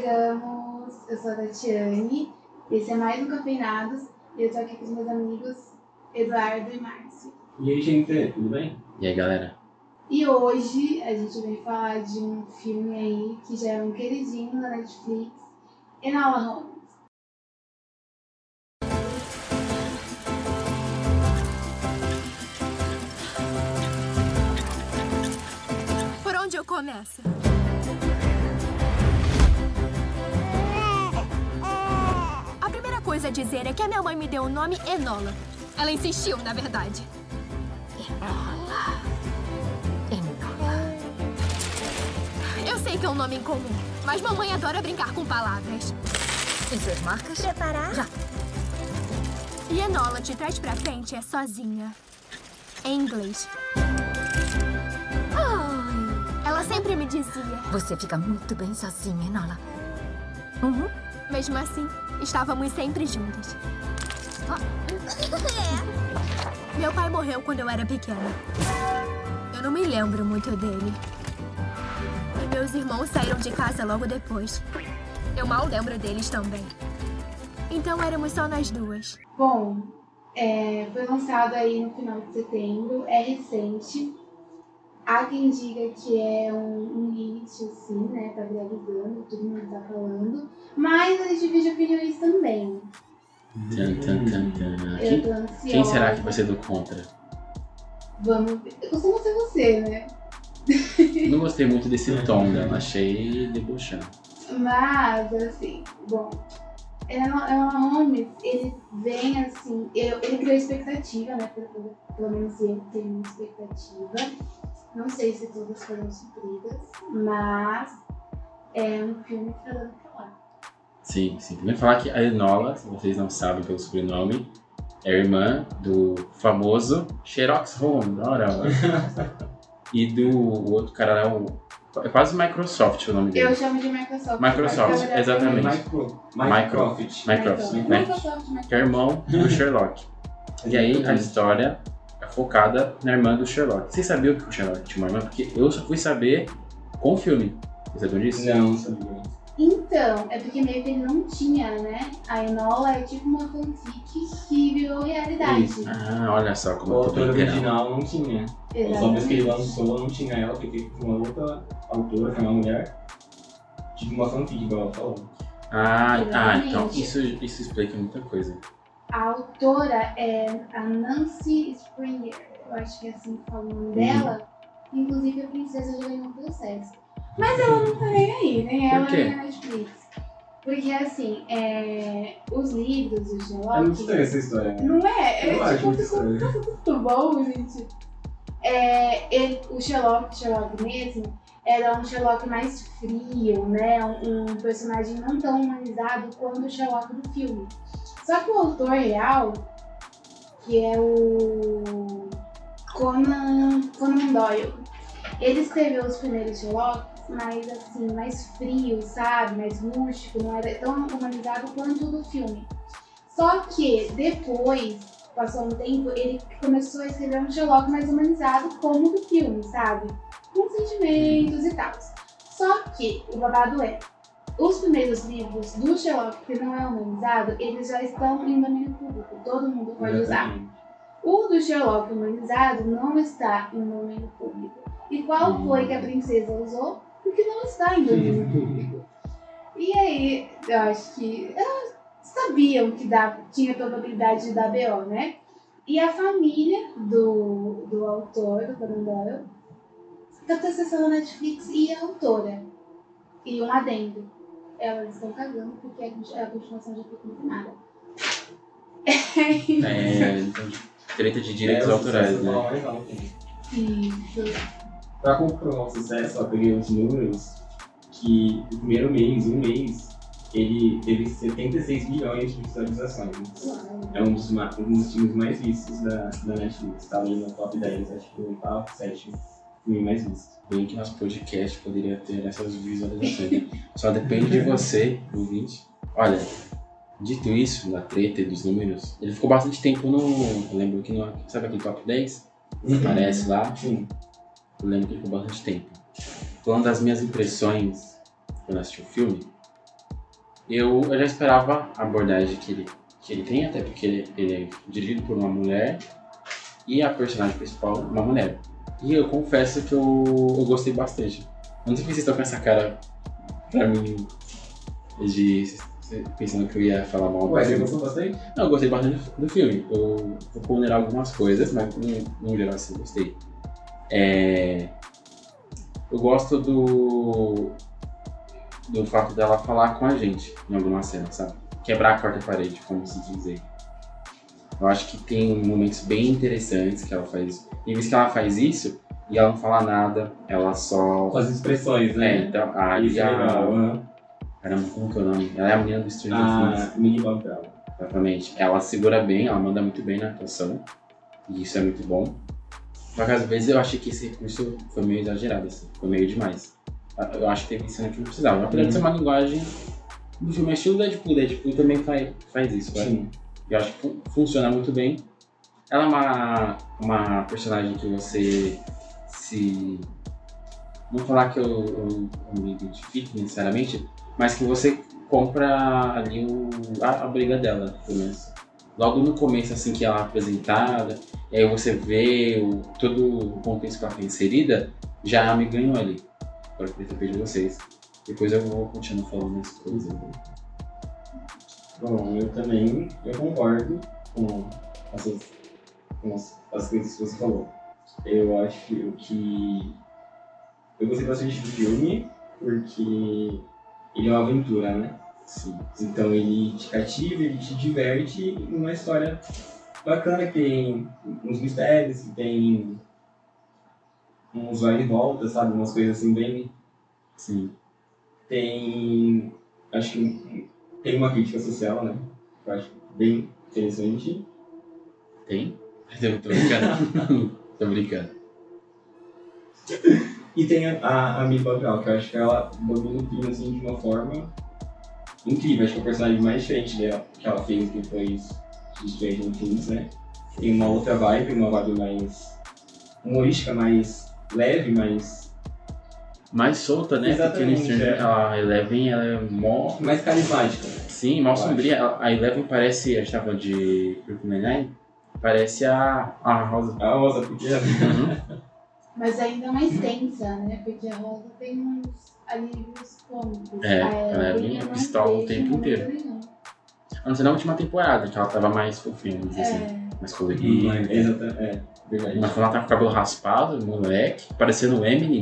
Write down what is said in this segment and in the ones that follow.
chegamos. Eu sou a Tatiane, esse é mais um Cafeinados e eu tô aqui com os meus amigos Eduardo e Márcio. E aí, gente, tudo bem? E aí, galera? E hoje a gente vem falar de um filme aí que já é um queridinho da Netflix, Enola Holmes. Por onde eu começo? A primeira coisa a dizer é que a minha mãe me deu o nome Enola. Ela insistiu, na verdade. Enola. Eu sei que é um nome incomum, mas mamãe adora brincar com palavras. Em suas marcas? Preparar? Já. E Enola, de trás pra frente, é sozinha. Em inglês. Ela sempre me dizia. Você fica muito bem sozinha, Enola. Mesmo assim, estávamos sempre juntas. Meu pai morreu quando eu era pequena. Eu não me lembro muito dele. E meus irmãos saíram de casa logo depois. Eu mal lembro deles também. Então éramos só nós duas. Bom, foi lançado aí no final de setembro, é recente. Há quem diga que é um hit, assim, né? Tá viralizando, todo mundo tá falando. Mas a gente divide opiniões também. Eu tô ansiosa. Quem será que vai ser do contra? Vamos ver. Eu costumo ser você, né? Não gostei muito desse tom dela, achei debochado. Mas, assim, bom, Enola Holmes, ele vem assim, ele criou expectativa, né? Pelo menos eu tenho uma expectativa. Não sei se todas foram supridas, mas é um filme que tá dando pra falar. Sim. Primeiro falar que a Enola, se vocês não sabem pelo sobrenome, é irmã do famoso Sherlock Holmes, e do outro cara lá, é quase Microsoft o nome dele. Eu chamo de Microsoft. Microsoft, exatamente. Microsoft, né? Que é irmão do Sherlock. E aí a história é focada na irmã do Sherlock. Vocês sabiam que o Sherlock tinha uma irmã? Porque eu só fui saber com o filme. Vocês sabiam disso? Não sabia. Então, é porque meio que ele não tinha, né? A Enola é tipo uma fanfic que virou realidade. Isso. Ah, olha só como O eu tô autor bem original não tinha. Só vez que ele lançou, não tinha ela, porque uma outra autora, que é uma mulher, tipo uma fanfic, igual ela falou. Então isso explica muita coisa. A autora é a Nancy Springer, eu acho que é assim que fala o nome dela. Inclusive a princesa já ganhou um processo. Mas ela não tá nem aí, nem ela nem a Netflix. Porque assim, os livros do Sherlock... Eu não sei essa história. Não é? Eu acho ficou muito bom, gente. O Sherlock mesmo, era um Sherlock mais frio, né? Um personagem não tão humanizado quanto o Sherlock do filme. Só que o autor real, que é o Conan Doyle, ele escreveu os primeiros Sherlocks mais assim, mais frio, sabe? Mais rústico, não era tão humanizado quanto o do filme. Só que depois, passou um tempo, ele começou a escrever um Sherlock mais humanizado como o do filme, sabe? Com sentimentos e tal. Só que o babado os primeiros livros do Sherlock que não é humanizado, eles já estão em domínio público, todo mundo pode usar. O do Sherlock humanizado não está em domínio público. E qual foi que a princesa usou? Porque não está em domínio público. E aí, eu acho que elas sabiam que tinha probabilidade de dar BO, né? E a família do autor, do Conan Doyle, captou acessando a Netflix e a autora. E um adendo. Elas estão cagando porque a continuação já foi confirmada. Então, treta de direitos autorais, né? Isso. Pra comprovar o sucesso, eu peguei os números que no primeiro mês, ele teve 76 milhões de visualizações. É um dos filmes mais vistos da Netflix. Tá ali no top 10, acho que no top 7 filme mais visto. Bem que nosso podcast poderia ter essas visualizações. Só depende de você, ouvinte. Olha, dito isso, da treta e dos números, ele ficou bastante tempo no... Eu lembro que sabe aquele top 10? Aparece lá. Sim. Eu lembro que ficou bastante tempo. Falando das minhas impressões quando assisti o filme, eu já esperava a abordagem que ele tem, até porque ele é dirigido por uma mulher e a personagem principal, uma mulher. E eu confesso que eu gostei bastante. Eu não sei se vocês estão com essa cara pra mim pensando que eu ia falar mal. Ué, você gostou bastante? Não, eu gostei bastante do filme. Eu vou ponderar algumas coisas, mas no geral assim, gostei. Eu gosto do fato dela falar com a gente em alguma cena, sabe? Quebrar a quarta parede, como se dizer. Eu acho que tem momentos bem interessantes que ela faz. Tem vezes que ela faz isso e ela não fala nada, ela só... Com as expressões, né? Então, Isso é legal, né? Caramba, como que é o nome? Ela é a menina do Stranger Things. Millie Bobby Brown. Exatamente. Ela segura bem, ela manda muito bem na atuação. E isso é muito bom. Mas às vezes eu achei que esse recurso foi meio exagerado, assim. Foi meio demais. Eu acho que teve cena que não precisava. Apesar de ser uma linguagem do filme, é estilo Deadpool. Deadpool também faz isso, Sim. Eu acho que funciona muito bem. Ela é uma personagem que você se... Não falar que eu me identifique necessariamente, mas que você compra ali a briga dela, pelo menos. Logo no começo, assim, que ela é apresentada, e aí você vê todo o contexto que ela foi inserida, já me ganhou ali. Agora eu queria saber de vocês. Depois eu vou continuar falando as coisas. Bom, eu concordo com as coisas que você falou. Eu acho que eu gostei bastante do filme, porque ele é uma aventura, né? Sim. Então ele te cativa, ele te diverte numa história bacana, que tem uns mistérios, que tem uns vai e volta, sabe? Umas coisas assim bem... Sim. Acho que tem uma crítica social, né? Eu acho bem interessante. Tem? Tô brincando. Tô brincando. E tem a Millie Bobby Brown, que eu acho que ela domina o filme assim, de uma forma incrível. Acho que é o personagem mais diferente dela, que ela fez depois de Stranger Things, né? Tem uma outra vibe, uma vibe mais humorística, mais leve, Mais solta, né? Exatamente, Porque no Stranger, a Eleven, ela é mó... mais carismática. Sim, mó sombria. A Eleven parece, a gente tava de Brooklyn Nine-Nine, parece a Rosa. A Rosa pequena. Mas ainda mais tensa, né? Porque a Rosa tem uns alívios cômicos. Ela é bem pistola o tempo inteiro. A não ser na última temporada, que ela tava mais fofinha, vamos dizer assim. Mais colorida. Exatamente. Verdade. Mas quando ela tá com o cabelo raspado, moleque, parecendo o Eminem.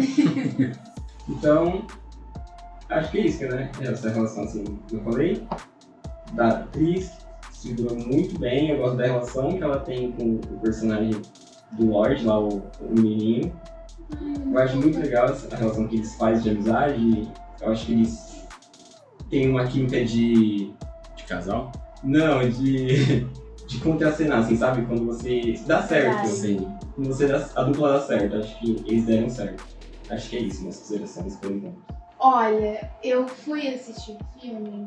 Então, acho que é isso, né? Essa relação, assim, que eu falei, da atriz, se segurou muito bem. Eu gosto da relação que ela tem com o personagem do Lorde, lá, o menininho. Eu acho muito legal a relação que eles fazem de amizade. Eu acho que eles têm uma química de casal? Não, de contracenar, assim, sabe? Quando você dá certo. Sim. Quando a dupla dá certo. Acho que eles deram certo. Acho que é isso, minhas considerações por enquanto. Olha, eu fui assistir o filme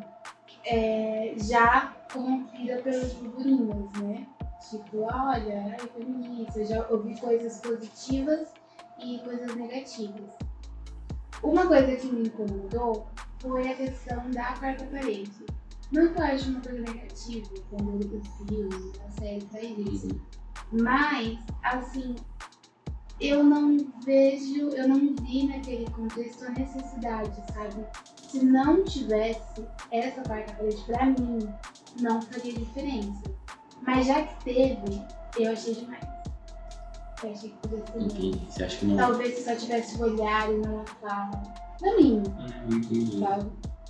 já corrompida pelos burburinhos, né? Tipo, olha, é feminista. Eu já ouvi coisas positivas e coisas negativas. Uma coisa que me incomodou foi a questão da quarta parede. Não que eu acho uma coisa negativa quando o filme, a série faz isso. Mas, assim, eu não vi naquele contexto a necessidade, sabe? Se não tivesse essa quarta parede, pra mim, não faria diferença. Mas já que teve, eu achei demais. Eu achei que podia ser. Entendi. Você acha que não... Talvez se só tivesse o olhar e não a fala. Pra mim, sabe?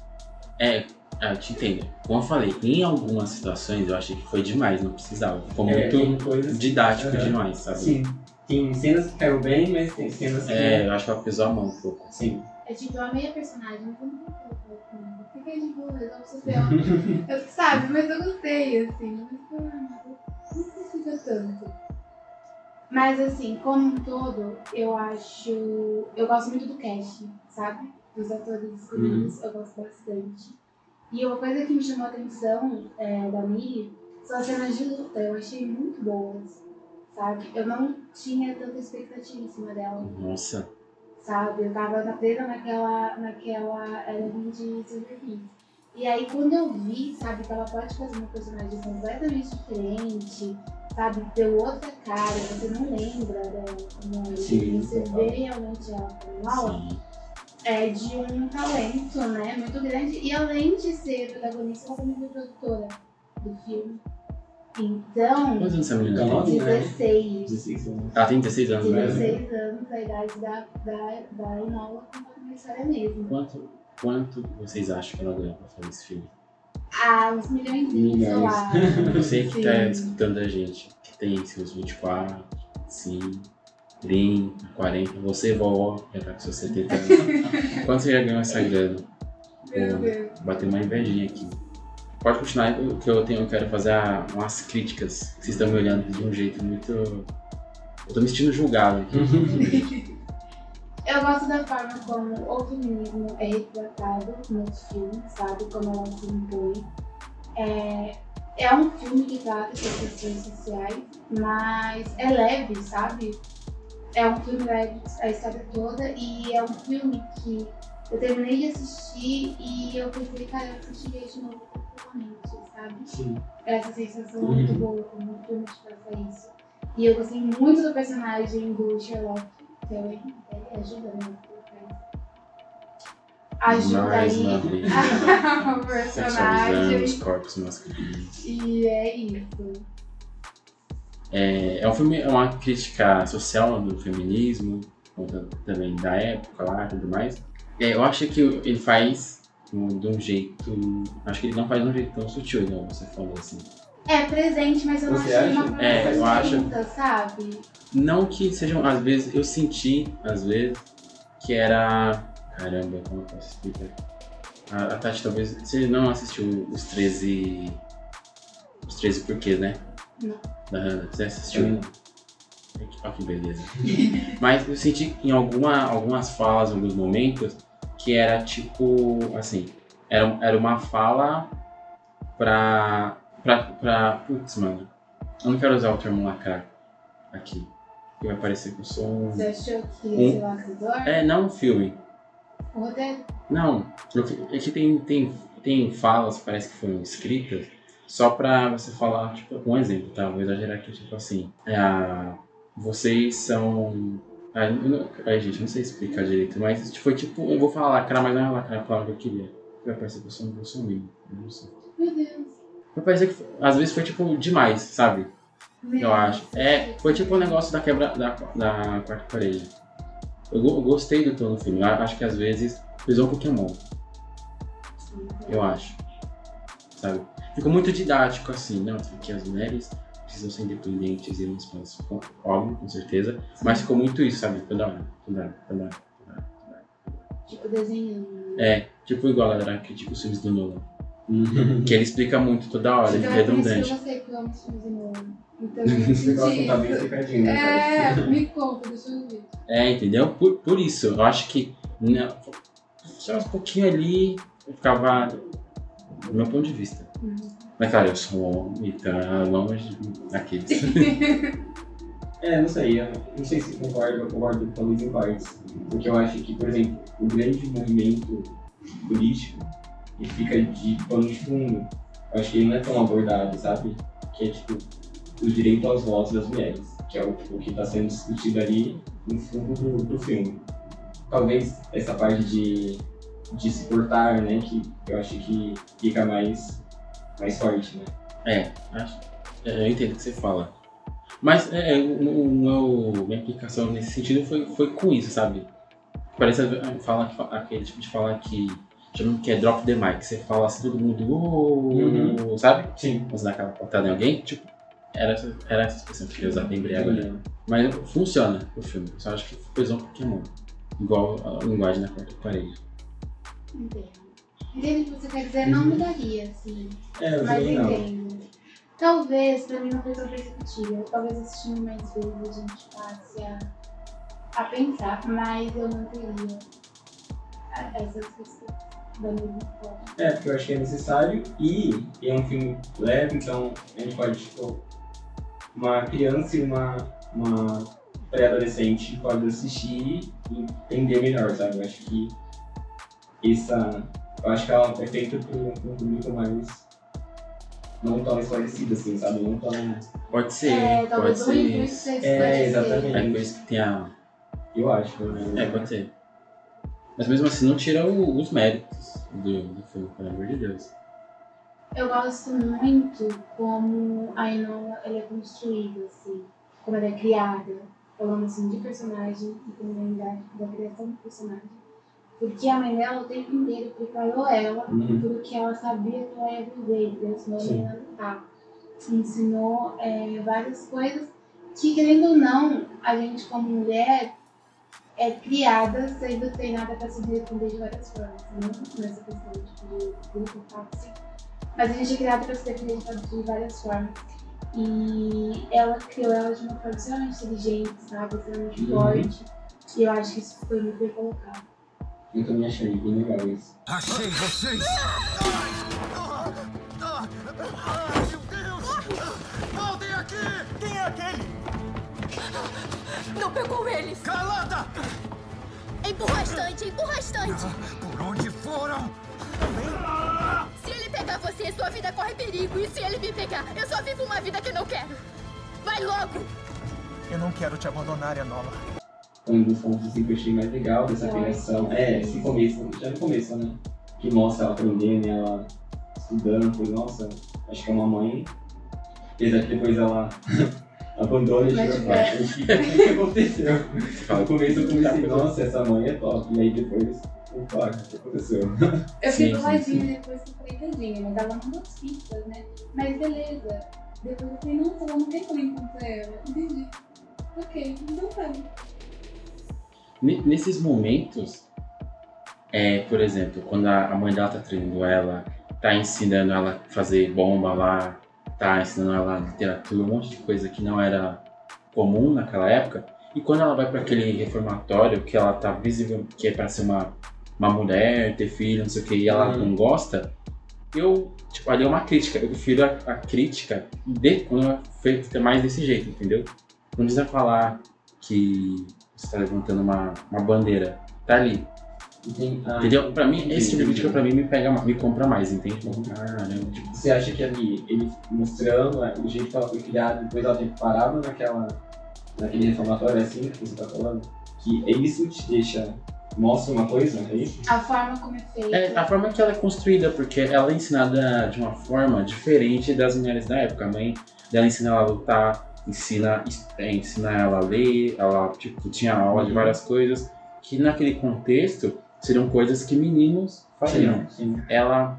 Eu te entendo. Como eu falei, em algumas situações eu achei que foi demais, não precisava. Ficou muito didático demais, sabe? Sim. Tem cenas que caiu bem, mas tem cenas que... eu acho que ela pesou a mão um pouco. Sim. É tipo, eu amei a personagem, mas eu não vou colocar comigo. Fica tipo, resolve o seu eu sabe, mas eu gostei, assim. Mas não precisa tanto. Mas assim, como um todo, eu gosto muito do casting, sabe? Dos atores escolhidos, eu gosto bastante. E uma coisa que me chamou a atenção da Millie são as cenas de luta. Eu achei muito boas, sabe? Eu não tinha tanta expectativa em cima dela. Nossa. Sabe? Eu tava presa naquela era de Stranger Things. E aí quando eu vi, sabe, que ela pode fazer uma personagem completamente diferente, sabe, ter outra cara, você não lembra dela como Sim, você total. vê realmente ela como Nala, Sim. é de um talento, né, muito grande. E além de ser protagonista, ela também foi produtora do filme. Então, Quantos anos essa menina Então, tem? 16. 16 anos. Ela tem 16 anos, né? 16 anos, a idade da Enola contando uma história mesmo. Quanto vocês acham que ela ganhou pra fazer esse filme? Ah, uns milhões, eu acho. Você que Sim. tá escutando a gente, que tem seus 24, 5, 30, 40, você, vovó, já tá com seus 70 anos. Quanto você já ganhou essa grana? Meu Deus. Bateu uma invejinha aqui. Pode continuar, que eu quero fazer umas críticas. Vocês estão me olhando de um jeito muito... Eu tô me sentindo julgado aqui. Eu gosto da forma como o feminismo é retratado nos filmes, sabe? Como ela se impõe. É um filme que trata de questões sociais, mas é leve, sabe? É um filme leve a história toda e é um filme que eu terminei de assistir e eu pensei, cara, eu assistiria de novo tranquilamente, sabe? Sim. Essa sensação muito boa como o filme te faça isso. E eu gostei muito do personagem do Sherlock também. Ele ajuda, né? Ajuda Mais aí uma vez, o sexualizando personagem. os corpos masculinos. E é isso. É um filme, é uma crítica social do feminismo, conta também da época lá e tudo mais. Eu acho que ele faz de um jeito... Acho que ele não faz de um jeito tão sutil, igual você falou, assim. É presente, mas eu não Você achei acha? uma forma Eu acho. distinta, sabe? Não que sejam... Às vezes, eu senti, às vezes, que era... Caramba, como eu posso explicar? A Tati talvez... Você não assistiu os 13 porquês, né? Não. Da Hannah. Você assistiu? Olha que beleza. Mas eu senti em algumas falas, em alguns momentos, que era tipo, assim, era uma fala pra... Putz, mano, eu não quero usar o termo lacrar aqui, porque vai parecer que eu sou um... Você achou que esse lacrador? Não um filme. O roteiro? Não, é que tem falas, parece que foram escritas, só pra você falar, tipo, um exemplo, tá? Vou exagerar aqui, tipo assim, vocês são... gente, eu não sei explicar direito, mas foi tipo, eu vou falar lacrar, mas não é lacrar a palavra que eu queria. Vai parecer que eu sou um bolsominion, eu não sei. Meu Deus. Vai parecer que, às vezes, foi tipo demais, sabe? Eu acho. Foi tipo um negócio da quebra da quarta parede. Eu gostei do tom do filme, eu acho que às vezes pesou um pouquinho a mão. Eu acho. Sabe? Ficou muito didático assim, não, porque as mulheres precisam ser independentes e um espaço óbvio, com certeza, mas ficou muito isso, sabe? Toda hora. Tipo desenhando. Tipo igual a galera critica os filmes do Nolan. Que ele explica muito toda hora, ele é redundante. Eu sei que eu amo os filmes de novo. Então, Esse negócio tá bem explicadinho, né? me conta, deixa eu ver. Entendeu? Por isso, eu acho que só um pouquinho ali eu ficava do meu ponto de vista. Mas claro, eu sou um homem, então longe daqueles. Não sei, eu não sei se eu concordo talvez em partes. Porque eu acho que, por exemplo, o grande movimento político ele fica de pano de fundo. Eu acho que ele não é tão abordado, sabe? Que é tipo o direito aos votos das mulheres, que é o que está sendo discutido ali no fundo do filme. Talvez essa parte de se portar, né, que eu acho que fica mais forte, né? Eu entendo o que você fala. Mas minha aplicação nesse sentido foi com isso, sabe? Parece aquele tipo de fala que chamam que é drop the mic. Você fala assim, todo mundo, sabe? Sim. Você dá aquela portada em alguém, tipo, era essa expressão que eu queria usar, lembrei agora. Mas funciona o filme, eu só acho que pesou um pouquinho a mão. Igual a linguagem na quarta parede. Entendo o que você quer dizer, não mudaria, assim. Eu Mas também não. entendo. Talvez, pra mim não foi tão perceptível. Talvez assistindo mais vezes a gente passe a pensar, mas eu não teria essas questões da mesma forma. Porque eu acho que é necessário e é um filme leve, então a gente pode, tipo, uma criança e uma pré-adolescente pode assistir e entender melhor, sabe? Eu acho que Eu acho que ela é feita por um público mais... não tão esclarecido, assim, sabe? Não tão... Pode ser, talvez pode o intuito ser. seja exatamente. É por isso que tem a... Eu acho, né? Pode ser. Mas mesmo assim não tira os méritos do filme, pelo amor de Deus. Eu gosto muito como a Enola ela é construída, assim, como ela é criada, falando assim de personagem e também da criação do personagem. Porque a mãe dela o tempo inteiro preparou ela por que ela sabia que ela ia viver, ensinou ela a lutar. Ensinou várias coisas que, querendo ou não, a gente como mulher é criada sendo treinada para se defender de várias formas, não nessa questão de grupo, assim. Mas a gente é criada para se defender de várias formas. E ela criou ela de uma forma extremamente inteligente, sabe? Extremamente forte. E eu acho que isso foi muito bem colocado. Eu também achei bem legal isso. Achei vocês! Meu Deus! Voltem aqui! Quem é aquele? Não pegou eles! Calada! Empurra restante, empurra restante! Por onde foram? Se ele pegar você, sua vida corre perigo. E se ele me pegar, eu só vivo uma vida que não quero. Vai logo! Eu não quero te abandonar, Enola. Um dos pontos assim, que eu achei mais legal dessa criação esse começo, já no começo, né? Que mostra ela aprendendo, ela estudando, foi, nossa, acho que é uma mãe. Apesar que depois ela abandona e chega pra o que aconteceu? No começo eu comecei, nossa, essa mãe é top. E aí depois, opa, o que aconteceu? Eu fiquei coladinha depois que eu falei, tadinha, mas ela mandou as pistas, né? Mas beleza. Depois eu falei, nossa, ela não tem como encontrar ela. Entendi. Ok, então tá. Nesses momentos, por exemplo, quando a mãe dela tá treinando ela, tá ensinando ela a fazer bomba lá, tá ensinando ela literatura, um monte de coisa que não era comum naquela época, e quando ela vai para aquele reformatório, que ela tá visível, que é para ser uma mulher, ter filho, não sei o que, e ela não gosta, ali é uma crítica, eu prefiro a crítica quando é feita mais desse jeito, entendeu? Não precisa falar que você tá levantando uma bandeira, tá ali. Entendeu? Pra mim, esse tipo de crítica pra mim me compra mais, entende? Caramba, tipo... Você acha que ali, ele mostrando o jeito que ela foi criada, depois ela ter parado naquele reformatório assim que você tá falando, que isso te deixa, mostra uma coisa, é isso? A forma como é feita. A forma que ela é construída, porque ela é ensinada de uma forma diferente das mulheres da época. A mãe dela ensina ela a lutar, ensina ela a ler, ela tinha aula de várias coisas, que naquele contexto seriam coisas que meninos fariam. Sim. Ela,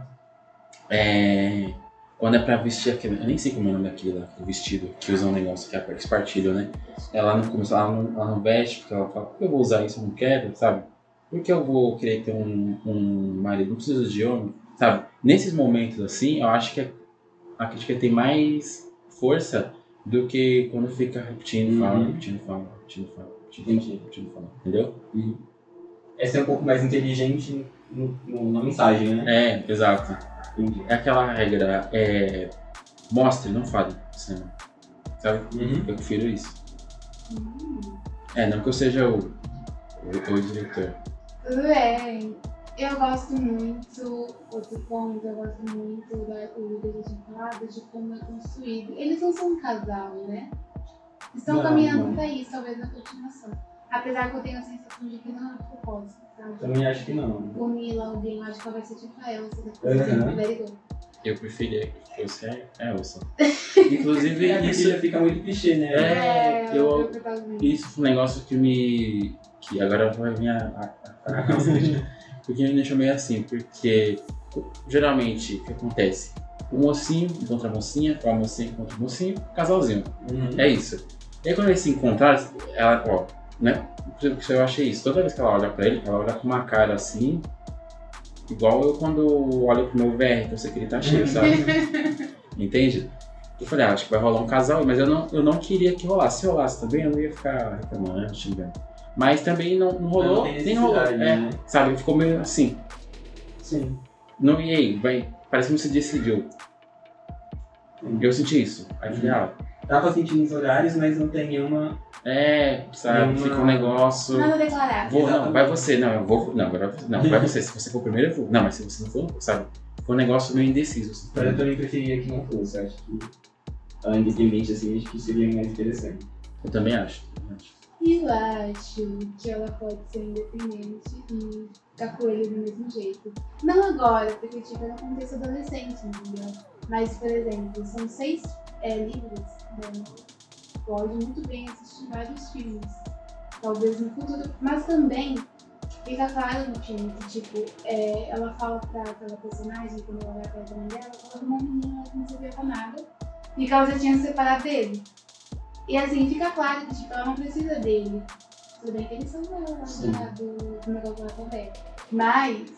quando é pra vestir aquele, eu nem sei como é o nome daquele lá, aquele vestido que usa um negócio que é espartilho, né? Ela não começa, ela não veste, porque ela fala, por que eu vou usar isso? Eu não quero, sabe? Por que eu vou querer ter um marido? Não preciso de homem, sabe? Nesses momentos assim, eu acho que a crítica tem mais força do que quando fica repetindo, fala, entendeu? Essa é um pouco mais inteligente na mensagem, né? Exato. Entendi. É aquela regra, mostre, não fale, sabe? Eu prefiro isso. Não que eu seja o diretor. Tudo bem. Eu gosto muito, outro ponto, eu gosto muito do que a gente tinha falado, de como é construído. Eles não são um casal, né? Estão caminhando pra isso, talvez na continuação. Apesar que eu tenho a sensação de que não é propósito, sabe? Também acho que não. Unir alguém, eu acho que ela vai ser tipo a Elsa, depois Eu preferia que fosse a Elsa. Inclusive, isso já fica muito clichê, né? Isso foi um negócio que agora vai vir a porque me deixou meio assim, porque geralmente o que acontece? O mocinho encontra a mocinha, ou a mocinha encontra o mocinho, casalzinho. É isso. E aí quando eles se encontraram, ela, né? Eu achei isso. Toda vez que ela olha pra ele, ela olha com uma cara assim, igual eu quando olho pro meu VR, que eu sei que ele tá cheio, sabe? Entende? Eu falei, acho que vai rolar um casal, mas eu não queria que rolasse. Se rolasse também, eu não ia ficar reclamando, xingando. Mas também não rolou, nem rolou. Né? Sabe? Ficou meio assim. Sim. Não, e aí, parece que você decidiu. Eu senti isso. Aí eu falei, Dá pra sentir nos horários, mas não tem nenhuma... sabe? Fica um negócio... Nada declarado. Não, vai você. Não, eu vou... Não, agora não, vai você. Se você for primeiro, eu vou. Não, mas se você não for, sabe? Foi um negócio meio indeciso. Assim. Mas eu também preferia que não fosse. Eu acho que, independente assim, acho que seria mais interessante. Eu também acho. Eu acho que ela pode ser independente e ficar com ele do mesmo jeito. Não agora, porque tipo, é no contexto adolescente, entendeu? Mas, por exemplo, são 6 livros, né? Pode muito bem assistir vários filmes, talvez no futuro. Mas também fica claro no filme que, tipo, ela fala pra aquela personagem, quando ela vai pra mãe dela, fala de uma menina que não se vê com nada e que ela já tinha se separado dele. E assim, fica claro que tipo, ela não precisa dele. Tudo bem que eles são do negócio lá também. Mas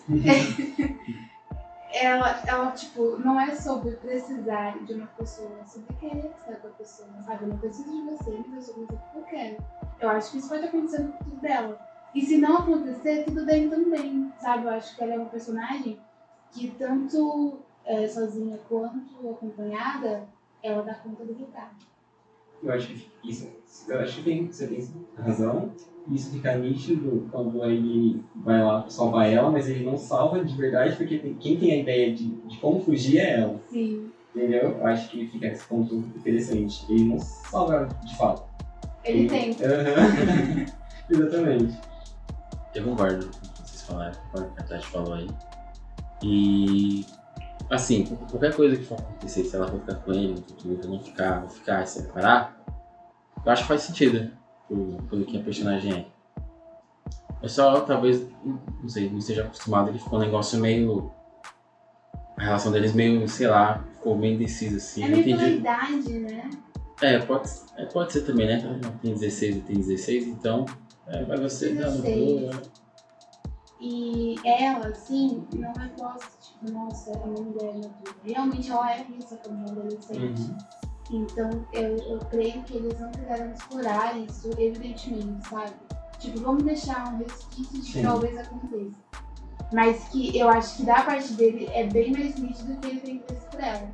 ela, tipo, não é sobre precisar de uma pessoa, é sobre querer estar com a pessoa, sabe? Eu não preciso de você, mas eu sou você que eu quero. Eu acho que isso pode acontecer no futuro dela. E se não acontecer, tudo bem também, sabe? Eu acho que ela é uma personagem que tanto sozinha quanto acompanhada, ela dá conta do recado. Eu acho que você tem razão. Isso fica nítido quando ele vai lá salvar ela, mas ele não salva de verdade, porque quem tem a ideia de como fugir é ela. Sim. Entendeu? Eu acho que fica esse ponto interessante. Ele não salva ela de fato. Ele tenta. Exatamente. Eu concordo com o que vocês falaram, concordo com o que a Tati falou aí. E, assim, qualquer coisa que for acontecer, se ela for ficar com ele no futuro, não ficar, ou ficar, se separar, eu acho que faz sentido pelo que a personagem é. Eu só, talvez, não sei, não esteja acostumado, ele ficou um negócio meio... A relação deles meio, sei lá, ficou meio indecisa, assim. É meio pela idade, né? Pode ser também, né? Tem 16 e tem 16, então... vai você dar no boa. E ela, assim, não é posta, tipo, nossa, é uma mulher madura. Realmente ela é isso como uma adolescente. Então eu creio que eles não quiseram explorar isso, evidentemente, sabe? Tipo, vamos deixar um resquício de que talvez aconteça. Mas que eu acho que da parte dele é bem mais nítido que ele tem interesse por ela.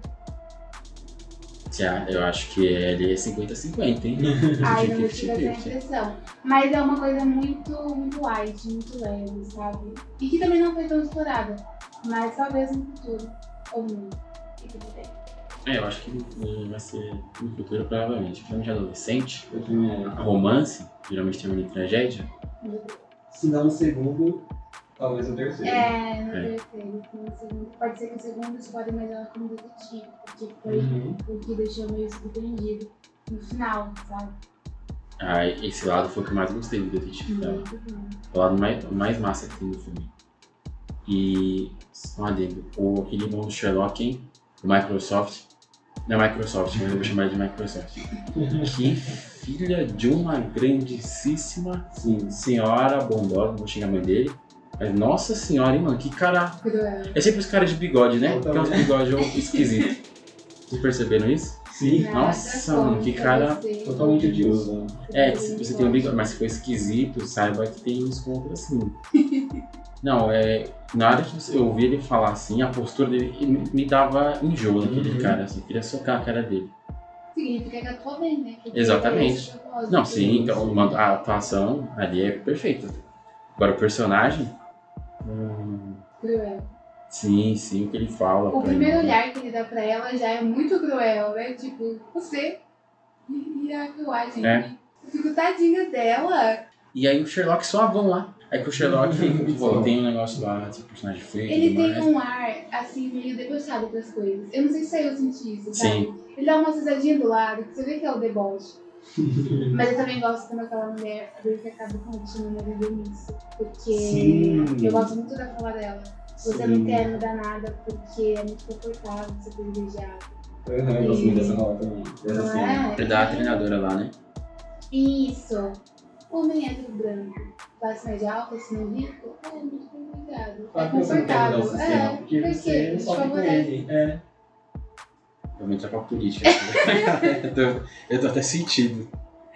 Eu acho que ele é 50-50, hein? Ai, não tive essa impressão. Mas é uma coisa muito light, muito leve, sabe? E que também não foi tão explorada. Mas talvez no futuro, ou não. E tudo bem. Eu acho que vai ser no futuro, provavelmente. Filme de adolescente, romance, geralmente termina em tragédia. Se não no segundo, talvez no terceiro. No terceiro. No segundo. Pode ser que o segundo escolhe mais ela como detetive, porque foi o que deixou meio surpreendido no final, sabe? Esse lado foi o que eu mais gostei do detetive dela. O lado mais massa que tem no filme. E, um adendo, aquele irmão do Sherlock, hein? Do Microsoft. Não é Microsoft, mas eu vou chamar de Microsoft. Que filha de uma grandíssima senhora bondosa, não vou xingar a mãe dele. Mas nossa senhora, hein, mano, que cara... É sempre os caras de bigode, né? Tem uns bigodes esquisitos. Vocês perceberam isso? Sim. Nossa, mano, que cara... Totalmente odioso. Se você tem um bigode, mas se for esquisito, saiba que tem uns contras assim. Não, na hora que eu ouvi ele falar assim, a postura dele me dava enjoo naquele cara, assim, eu queria socar a cara dele. Significa que atua bem, né? Porque exatamente. Não, sim, então a atuação ali é perfeita. Agora o personagem... Cruel. Sim, o que ele fala. O primeiro olhar que ele dá pra ela já é muito cruel, né? Tipo, você e a cruagem. Eu fico tadinha dela. E aí o Sherlock só vão lá. É que o Sherlock tem um negócio lá, tipo, personagem feio. Ele tem um ar, assim, meio debochado pras coisas. Eu não sei se eu senti isso, sabe? Sim. Ele dá uma risadinha do lado, que você vê que é o deboche. Mas eu também gosto quando aquela mulher que acaba continuando a viver nisso. Porque eu gosto muito da fala dela. Você não quer mudar nada porque é muito confortável ser privilegiado. Eu gosto muito dessa fala também. É da treinadora lá, né? Isso. Homem hétero branco, classe média alta, assim, rico, é muito privilegiado. É confortável. Porque você sofre com ele. Vou entrar pra política. eu tô até sentindo.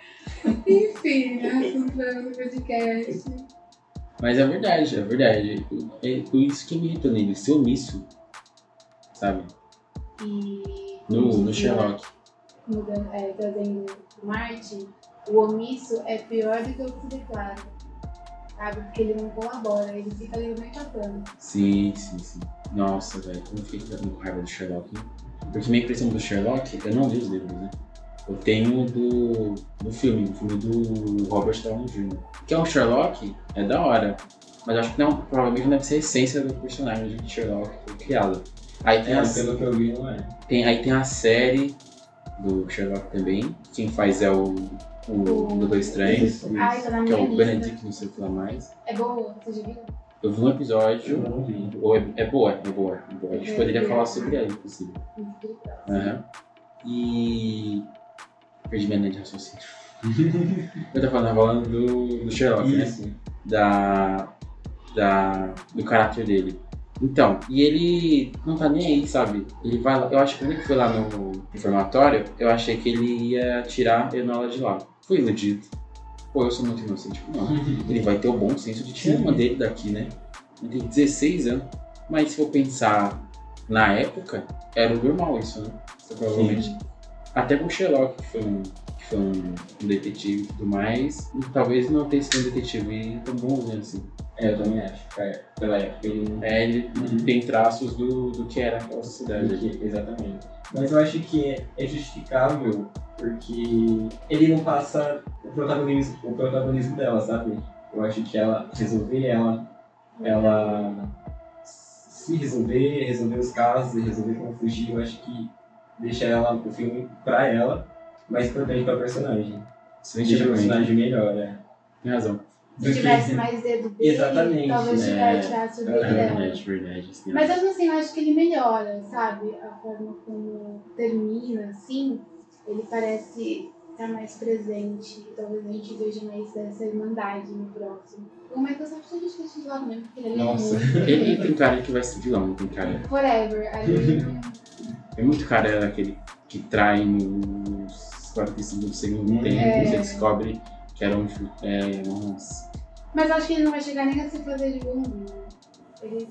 Enfim, assunto do podcast. Mas é verdade. É por isso que me irrita nele, ser omisso, sabe? No Sherlock. trazendo o Martin, o omisso é pior do que o que se declara. Sabe? Porque ele não colabora, ele fica ali meio chatando. Sim. Nossa, velho, como eu fiquei com raiva do Sherlock. Porque minha impressão do Sherlock, eu não li os livros, né? Eu tenho do filme do Robert Downey Jr. Que é um Sherlock, é da hora. Mas eu acho que não, provavelmente não deve ser a essência do personagem de Sherlock que foi criado. Aí tem pelo que eu vi, não é. Aí tem a série do Sherlock também. Quem faz é o Doutor Estranho, Ai, tá na que é minha o lista. Benedict, não sei o que lá mais. É boa, você já viu? Eu vi um episódio, Eu não vi. é boa. A gente poderia falar sobre ela, inclusive. Aham. E... Perdi minha linha de raciocínio. Eu tava falando do Sherlock, Isso. né? Do caráter dele. Então, e ele não tá nem aí, sabe? Ele vai lá, eu acho que quando ele foi lá no informatório, eu achei que ele ia tirar a Enola de lá. Fui iludido. Pô, eu sou muito inocente. Não, ele vai ter o bom senso de tirar uma dele daqui, né? Ele tem 16 anos. Mas se for pensar na época, era o normal isso, né? Provavelmente. Até com o Sherlock, que foi um detetive e tudo mais, e talvez não tenha sido um detetive tão bonzinho assim. Eu também acho. Pela época Ele tem traços do que era aquela sociedade aqui. Exatamente. Mas eu acho que é justificável porque ele não passa o protagonismo dela, sabe? Eu acho que ela se resolver os casos e resolver como fugir, eu acho que deixa o filme pra ela mais importante pra personagem. Deixa o personagem melhor, né? Tem razão. Se tivesse mais dedo dele, Exatamente, talvez tirasse o dedo dela. Verdade. Mas mesmo assim, eu acho que ele melhora, sabe? A forma como termina, assim, ele parece estar mais presente. Talvez a gente veja mais dessa irmandade no próximo. O Microsoft a gente deixa de lado mesmo, porque ele é Nossa. muito... Ele tem cara que vai ser vilão, não tem cara. Forever. Ali não... É muito cara aquele que trai nos 45 do segundo tempo, você descobre que era nossa. Mas acho que ele não vai chegar nem a se fazer de bonzinho. Ele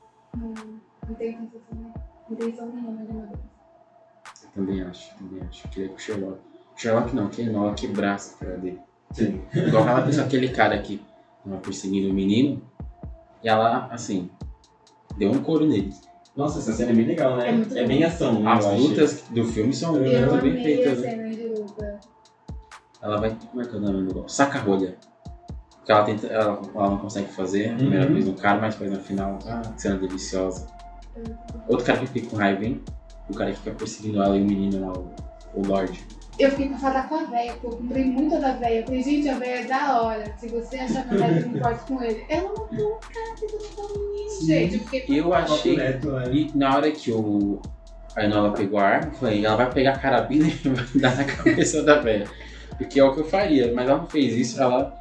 não tem intenção nenhuma de matar. Também acho. Que ele é com o Sherlock. Sherlock não, que ela quebrasse a cara dele. Sim. Igual ela pensou aquele cara que tava perseguindo o menino, e ela, assim, deu um couro nele. Nossa, essa cena é bem legal, né? É bem ação, né? As lutas do filme são Eu muito bem amei a feitas, né? cena de luta. Ela vai. Como é que é o nome do negócio? Saca-rolha. Que ela não consegue fazer a primeira vez no cara, mas faz na final. Cena deliciosa. Outro cara que fica com raiva, hein? O cara que fica perseguindo ela e o menino lá, o Lorde. Eu fiquei passada com a véia, porque eu comprei muito da véia. Eu falei, gente, a véia é da hora. Se você achar que a véia não importa com ele. Ela matou o cara que matou o menino, gente. Eu fiquei Eu achei. E na hora que a Enola pegou a arma, eu falei, ela vai pegar a carabina e vai dar na cabeça da véia. Porque é o que eu faria, mas ela não fez isso, ela.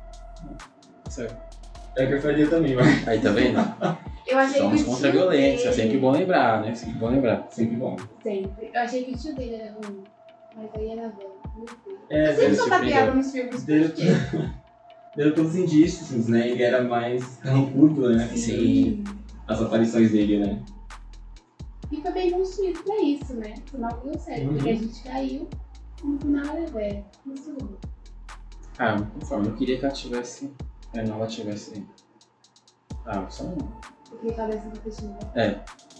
Certo. É o que eu faria também, mas... Aí tá vendo? Eu achei Somos que o contra a tio violência, dele... sempre bom lembrar, né? Sempre bom lembrar. Sempre bom. Sempre. Eu achei que o tio dele era ruim. Mas aí era velho. Meu Deus. É, Eu sempre ele sou se tapeada prendeu. nos filmes. Deu, Por quê? deu todos os indícios, né? Ele era mais carrancudo, né? Sim. As aparições dele, né? E foi bem construído pra isso, né? O final deu certo. Porque a gente caiu. No final era velho. Isso tudo. Conforme eu queria que ela tivesse. A Enola tivesse. Só um. Porque a cabeça do peixinho. É.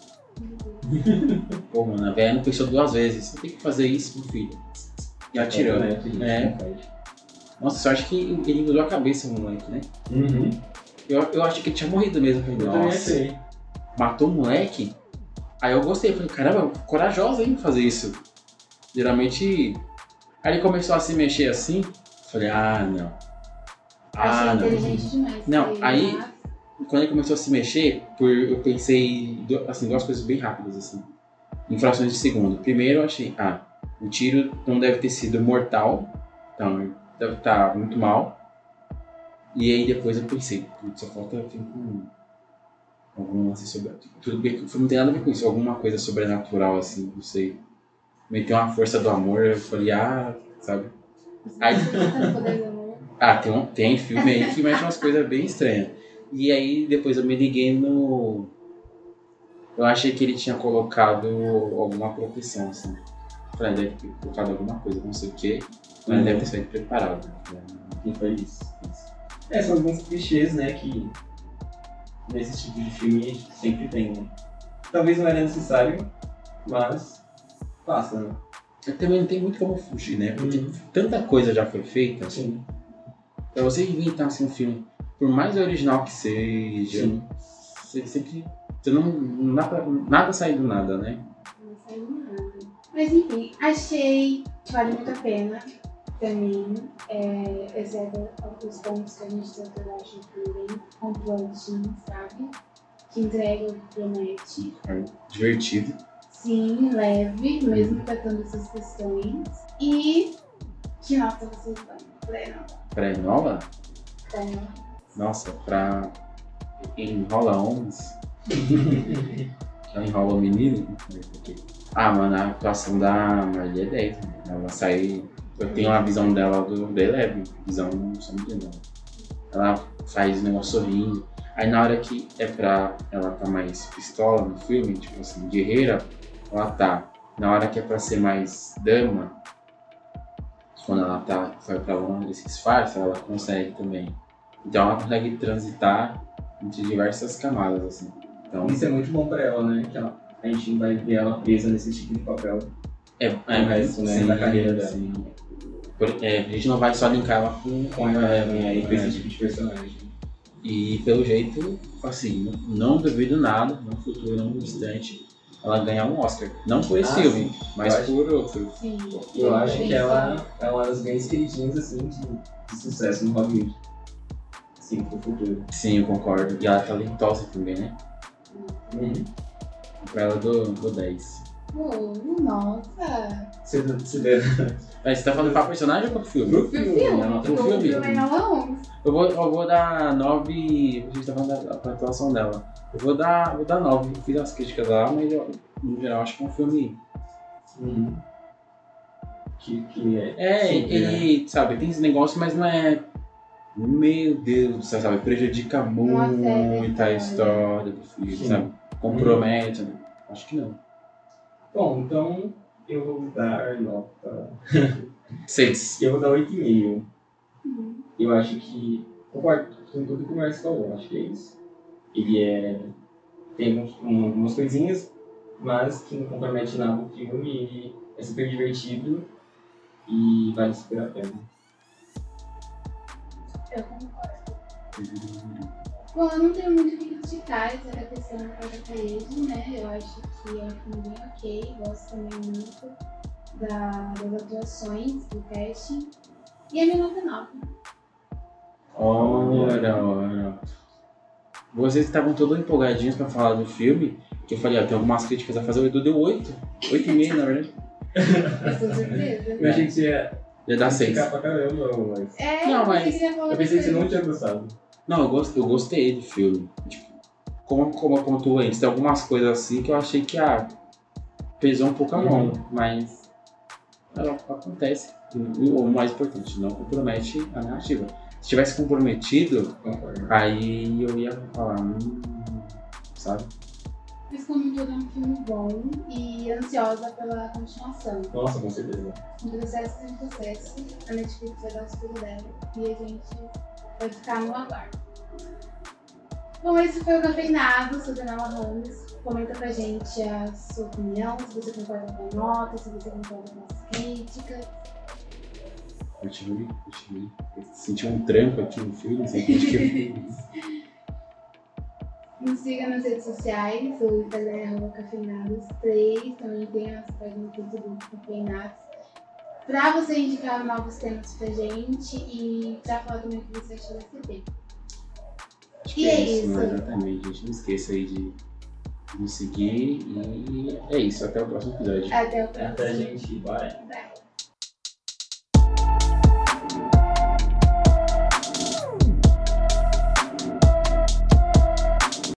Pô, mano, a velha não pensou 2 vezes. Você tem que fazer isso, meu filho. E atirou, né? Nossa, eu acho que ele mudou a cabeça, o moleque, né? Uhum. Eu achei que ele tinha morrido mesmo. Eu falei, Eu também nossa, achei. matou o moleque? Aí eu gostei, eu falei, caramba, corajosa, hein, fazer isso. Geralmente. Aí ele começou a se mexer assim. Eu falei, não. Achei Não. inteligente demais. Não, Ele, aí- mas- Quando ele começou a se mexer, eu pensei assim, 2 coisas bem rápidas, assim, em frações de segundo. Primeiro eu achei, o tiro não deve ter sido mortal, então deve estar muito mal. E aí depois eu pensei, putz, só falta vir com algum lance sobre... Tudo bem que não tem nada a ver com isso, alguma coisa sobrenatural, assim, não sei. Meteu uma força do amor, eu falei, sabe? Aí- Poder do amor. Tem filme aí que mexe umas coisas bem estranhas. E aí depois eu me liguei no... Eu achei que ele tinha colocado alguma proteção, assim. Falei, deve ter colocado alguma coisa, não sei o quê. Mas deve ter sido preparado. E foi isso. São alguns clichês, né, que nesse tipo de filme a gente sempre tem, né? Talvez não era necessário, mas passa, né? Também não tem muito como fugir, né? Porque tanta coisa já foi feita. Sim. Pra você inventar assim, um filme, por mais original que seja, você sempre. Você não dá pra nada sair do nada, né? Não saiu nada. Mas enfim, achei que vale muito a pena também, exceto os pontos que a gente tratou, eu acho que bem completinho, sabe? Que entrega o que promete. Divertido. Sim, leve, mesmo tratando essas questões. E que nota vocês dão pra Enola? Pra Enola? Pra Enola. Nossa, pra Enrola Homens. Ela enrola o menino. Mano, a atuação da Marília é 10. Né? Ela sai. Eu tenho uma visão dela do Eleven, visão sombria dela. Ela faz o negócio sorrindo. Aí na hora que é pra ela tá mais pistola no filme, tipo assim, guerreira, ela tá. Na hora que é pra ser mais dama, quando ela vai pra Londres, se disfarça, ela consegue também. Então ela consegue transitar entre diversas camadas, assim. Então, isso é muito bom pra ela, né? Que a gente não vai ver ela presa nesse tipo de papel. O resto, né, da carreira dela. Sim. A gente não vai só linkar ela com a Eleven aí, com esse tipo de personagem. E pelo jeito, assim, não duvido nada, no futuro, não distante, ela ganhar um Oscar. Não por esse filme, mas por outro. Sim. Eu acho que ela é uma das grandes queridinhas, assim, de sucesso no Hollywood. Sim, pro futuro. Sim, eu concordo. E ela é talentosa também, né? Pra ela do 10. Nossa! Você deu. Mas você tá falando pra personagem ou pro filme? Pro filme. Pro filme? Eu vou dar 9. A gente tá falando da atuação dela. Eu vou dar 9. Eu fiz as críticas lá, mas eu, no geral acho que é um filme. Que é. Ele, sabe, tem esse negócio, mas não é. Meu Deus do céu, sabe? Prejudica muito a história do filme, sabe? Compromete, né? Acho que não. Bom, então eu vou dar nota 6. Eu vou dar 8,5. Eu acho que concordo com tudo que o Márcio falou, acho que é isso. Ele tem umas coisinhas, mas que não compromete nada o filme, e é super divertido e vale super a pena. Eu concordo. Bom, eu não tenho muito o que criticar essa questão da parede, né? Eu acho que é um filme bem ok, gosto também muito das atuações, do casting. E a minha nota 9. Ora. Vocês estavam todos empolgadinhos pra falar do filme, que eu falei, tem algumas críticas a fazer, o Edu deu 8. 8,5 na verdade. Eu tô surpresa. Eu achei que você ia dar 6. ficar pra caramba, mas... Não, mas eu pensei que você não tinha gostado. Não, eu gostei do filme. Tipo, como eu pontuei antes, tem algumas coisas assim que eu achei que pesou um pouco a mão, mas acontece. E o mais importante, não compromete a narrativa. Se tivesse comprometido, aí eu ia falar, sabe? Mas como todo é um filme bom e ansiosa pela continuação. Nossa, com certeza. Um processo sem sucesso, a Netflix vai dar o futuro dela e a gente vai ficar no aguardo. Bom, esse foi o Cafeinado sobre a Enola Holmes. Comenta pra gente a sua opinião, se você concorda com a nota, se você concorda com as críticas. Eu senti um tranco aqui no filme, sem crítica. Nos siga nas redes sociais, o Instagram é @cafeinados3, também tem as páginas do Facebook Cafeinados, pra você indicar novos temas pra gente e pra falar também o que você achou desse tema. Acho que é isso. Exatamente, gente. Não esqueça aí de nos seguir e é isso. Até o próximo episódio. Até o próximo. Até, gente. Bye. Bye.